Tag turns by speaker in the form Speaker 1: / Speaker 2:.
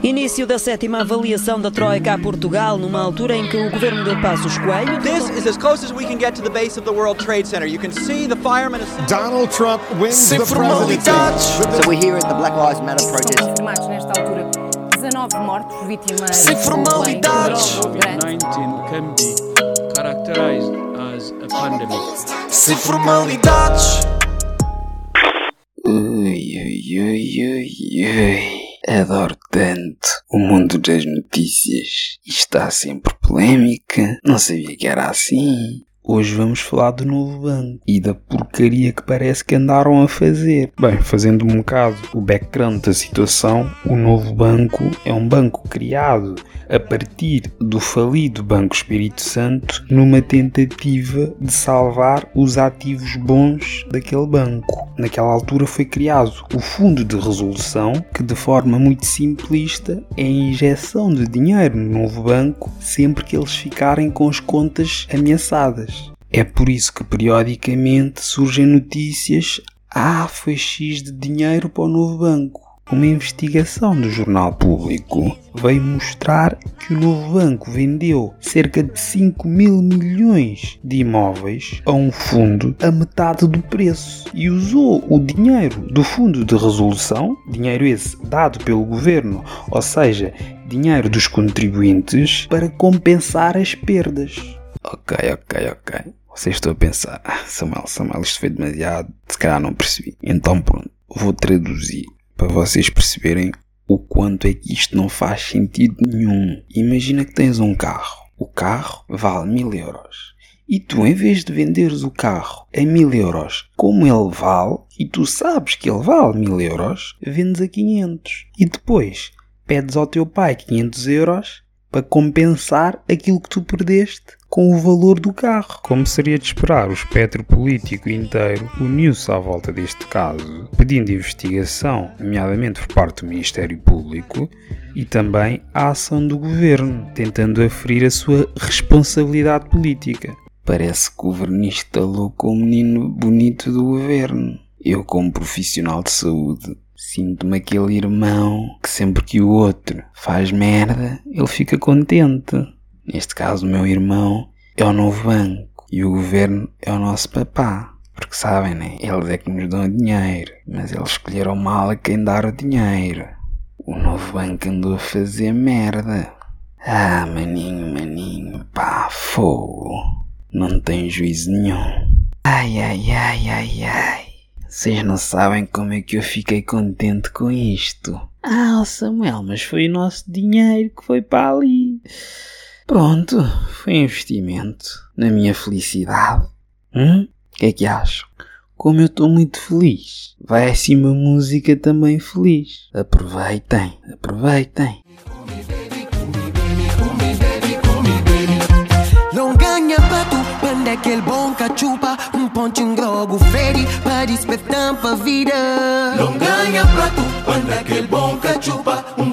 Speaker 1: Início da 7ª avaliação da Troika a Portugal, numa altura em que o governo de Passos Coelho...
Speaker 2: This is as close as we can get to the base of the World Trade Center. You can see the firemen...
Speaker 3: Donald Trump wins the presidency.
Speaker 4: So we're here at the Black Lives Matter protest.
Speaker 5: Confirmados nesta altura 19 mortos, vítimas...
Speaker 6: Sem formalidades.
Speaker 7: COVID-19 can be characterized as a pandemic.
Speaker 6: Sem formalidades.
Speaker 8: Adoro tanto o mundo das notícias. Está sempre polémica. Não sabia que era assim. Hoje vamos falar do novo banco e da porcaria que parece que andaram a fazer. Bem, fazendo um bocado o background da situação, o novo banco é um banco criado a partir do falido Banco Espírito Santo numa tentativa de salvar os ativos bons daquele banco. Naquela altura foi criado o Fundo de Resolução, que de forma muito simplista é a injeção de dinheiro no novo banco sempre que eles ficarem com as contas ameaçadas. É por isso que periodicamente surgem notícias: foi X de dinheiro para o novo banco. Uma investigação do Jornal Público veio mostrar que o novo banco vendeu cerca de 5 mil milhões de imóveis a um fundo a metade do preço e usou o dinheiro do Fundo de Resolução, dinheiro esse dado pelo governo, ou seja, dinheiro dos contribuintes, para compensar as perdas. Ok. Vocês estão a pensar, Samuel, isto foi demasiado, se calhar não percebi. Então pronto, vou traduzir para vocês perceberem o quanto é que isto não faz sentido nenhum. Imagina que tens um carro. O carro vale 1000 euros. E tu, em vez de venderes o carro a 1000 euros como ele vale, e tu sabes que ele vale 1000 euros, vendes a 500. E depois pedes ao teu pai 500 euros para compensar aquilo que tu perdeste com o valor do carro. Como seria de esperar, o espectro político inteiro uniu-se à volta deste caso, pedindo investigação, nomeadamente por parte do Ministério Público, e também a ação do Governo, tentando aferir a sua responsabilidade política. Parece que o governista louco o menino bonito do Governo. Eu, como profissional de saúde, sinto-me aquele irmão que sempre que o outro faz merda, ele fica contente. Neste caso, o meu irmão é o novo banco e o governo é o nosso papá. Porque sabem, né? Eles é que nos dão dinheiro, mas eles escolheram mal a quem dar o dinheiro. O novo banco andou a fazer merda. Maninho, pá, fogo. Não tem juízo nenhum. Ai. Vocês não sabem como é que eu fiquei contente com isto. Samuel, mas foi o nosso dinheiro que foi para ali. Pronto, foi investimento na minha felicidade. O que é que acham? Como eu estou muito feliz, vai assim uma música também feliz. Aproveitem.
Speaker 6: Não ganha para tu, quando é aquele bom cachupa, ponte grogo feri, para despertar para vida. Não ganha para tu, quando é aquele bom cachupa,